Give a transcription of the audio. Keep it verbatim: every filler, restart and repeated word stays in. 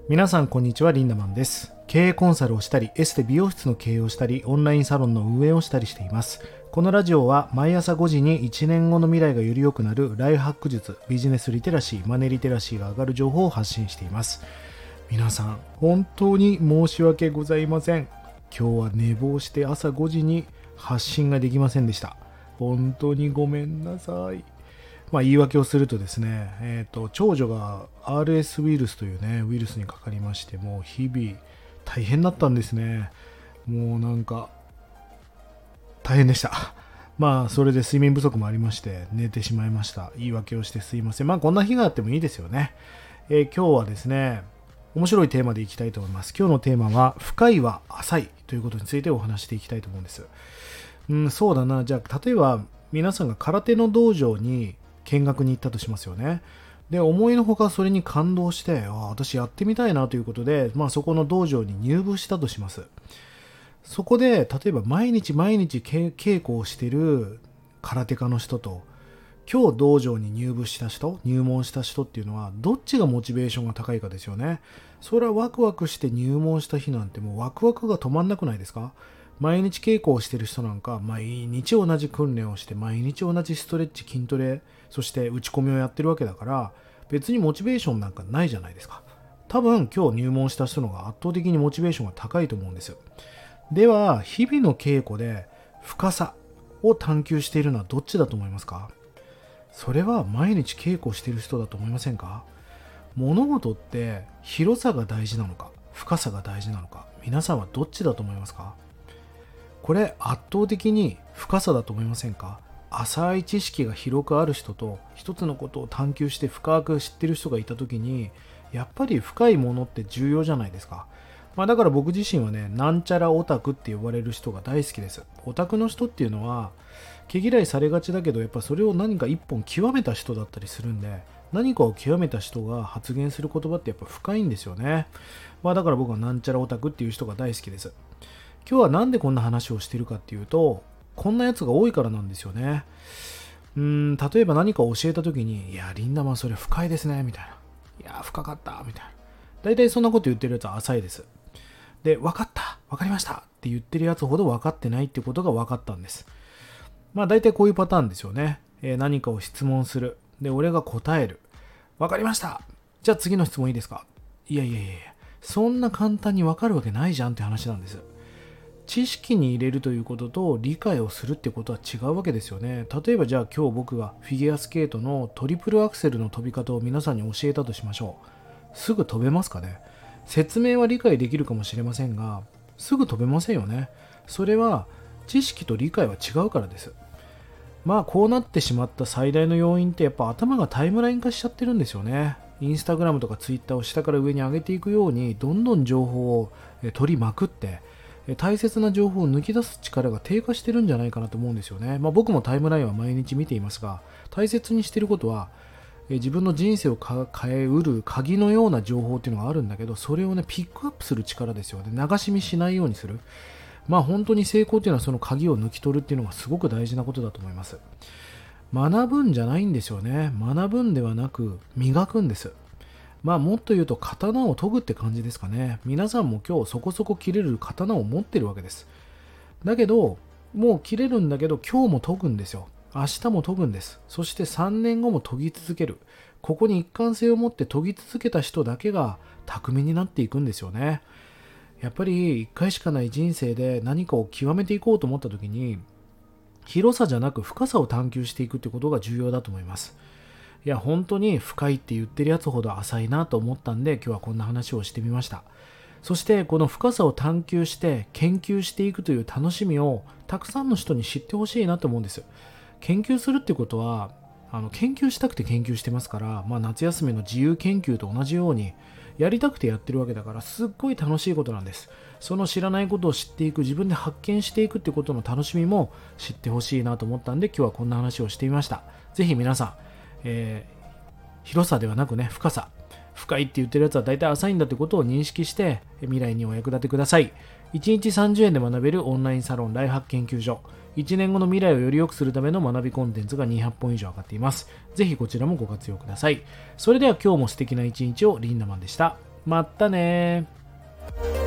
皆さんこんにちは、リンダマンです。経営コンサルをしたり、エステ美容室の経営をしたり、オンラインサロンの運営をしたりしています。このラジオは毎朝ごじにいちねんごの未来がより良くなるライフハック術、ビジネスリテラシー、マネーリテラシーが上がる情報を発信しています。皆さん、本当に申し訳ございません。今日は寝坊して朝ごじに発信ができませんでした。本当にごめんなさい。まあ、言い訳をするとですね、えーと、長女が アールエス ウイルスというね、ウイルスにかかりまして、もう日々大変だったんですね。もうなんか、大変でした。まあ、それで睡眠不足もありまして、寝てしまいました。言い訳をしてすいません。まあ、こんな日があってもいいですよね。えー、今日はですね、面白いテーマでいきたいと思います。今日のテーマは、深いは浅いということについてお話していきたいと思うんです。うん、そうだな。じゃあ、例えば、皆さんが空手の道場に見学に行ったとしますよね。で、思いのほかそれに感動して、ああ、私やってみたいなということで、まあそこの道場に入部したとします。そこで、例えば毎日毎日稽古をしている空手家の人と、今日道場に入部した人、入門した人っていうのは、どっちがモチベーションが高いかですよね。それはワクワクして入門した日なんてもうワクワクが止まんなくないですか？毎日稽古をしている人なんか、毎日同じ訓練をして、毎日同じストレッチ、筋トレ、そして打ち込みをやってるわけだから、別にモチベーションなんかないじゃないですか。多分今日入門した人の方が圧倒的にモチベーションが高いと思うんですよ。では、日々の稽古で深さを探求しているのはどっちだと思いますか？それは毎日稽古している人だと思いませんか？物事って広さが大事なのか、深さが大事なのか、皆さんはどっちだと思いますか？これ圧倒的に深さだと思いませんか？浅い知識が広くある人と一つのことを探求して深く知ってる人がいたときに、やっぱり深いものって重要じゃないですか。まあ、だから僕自身はね、なんちゃらオタクって呼ばれる人が大好きです。オタクの人っていうのは毛嫌いされがちだけど、やっぱそれを何か一本極めた人だったりするんで、何かを極めた人が発言する言葉ってやっぱ深いんですよね。まあ、だから僕はなんちゃらオタクっていう人が大好きです。今日はなんでこんな話をしているかっていうと、こんなやつが多いからなんですよね。うーん、例えば何かを教えたときに、いや、リンダマンそれ深いですね、みたいな。いや、深かった、みたいな。大体そんなこと言ってるやつは浅いです。で、分かった、分かりましたって言ってるやつほど分かってないってことが分かったんです。まあ大体こういうパターンですよね。えー、何かを質問する。で、俺が答える。分かりました。じゃあ次の質問いいですか？いやいやいやいや、そんな簡単に分かるわけないじゃんって話なんです。知識に入れるということと理解をするってことは違うわけですよね。例えばじゃあ今日僕がフィギュアスケートのトリプルアクセルの飛び方を皆さんに教えたとしましょう。すぐ飛べますかね？説明は理解できるかもしれませんが、すぐ飛べませんよね。それは知識と理解は違うからです。まあこうなってしまった最大の要因ってやっぱ頭がタイムライン化しちゃってるんですよね。インスタグラムとかツイッターを下から上に上げていくようにどんどん情報を取りまくって大切な情報を抜き出す力が低下してるんじゃないかなと思うんですよね。まあ、僕もタイムラインは毎日見ていますが、大切にしていることは自分の人生を変えうる鍵のような情報っていうのがあるんだけど、それをねピックアップする力ですよね。流し見しないようにする。まあ本当に成功っていうのはその鍵を抜き取るっていうのがすごく大事なことだと思います。学ぶんじゃないんですよね。学ぶんではなく磨くんです。まあもっと言うと刀を研ぐって感じですかね。皆さんも今日そこそこ切れる刀を持ってるわけです。だけど、もう切れるんだけど今日も研ぐんですよ。明日も研ぐんです。そしてさんねんごも研ぎ続ける。ここに一貫性を持って研ぎ続けた人だけが巧みになっていくんですよね。やっぱり一回しかない人生で何かを極めていこうと思った時に、広さじゃなく深さを探求していくってことが重要だと思います。いや本当に深いって言ってるやつほど浅いなと思ったんで、今日はこんな話をしてみました。そしてこの深さを探求して研究していくという楽しみをたくさんの人に知ってほしいなと思うんです。研究するってことはあの研究したくて研究してますから、まあ、夏休みの自由研究と同じようにやりたくてやってるわけだから、すっごい楽しいことなんです。その知らないことを知っていく、自分で発見していくってことの楽しみも知ってほしいなと思ったんで、今日はこんな話をしてみました。ぜひ皆さんえー、広さではなくね、深さ。深いって言ってるやつは大体浅いんだということを認識して未来にお役立てください。いちにちさんじゅうえんで学べるオンラインサロンライフハック研究所。いちねんごの未来をより良くするための学びコンテンツがにひゃっぽん以上上がっています。ぜひこちらもご活用ください。それでは今日も素敵な一日を。リンダマンでした。 まったねー。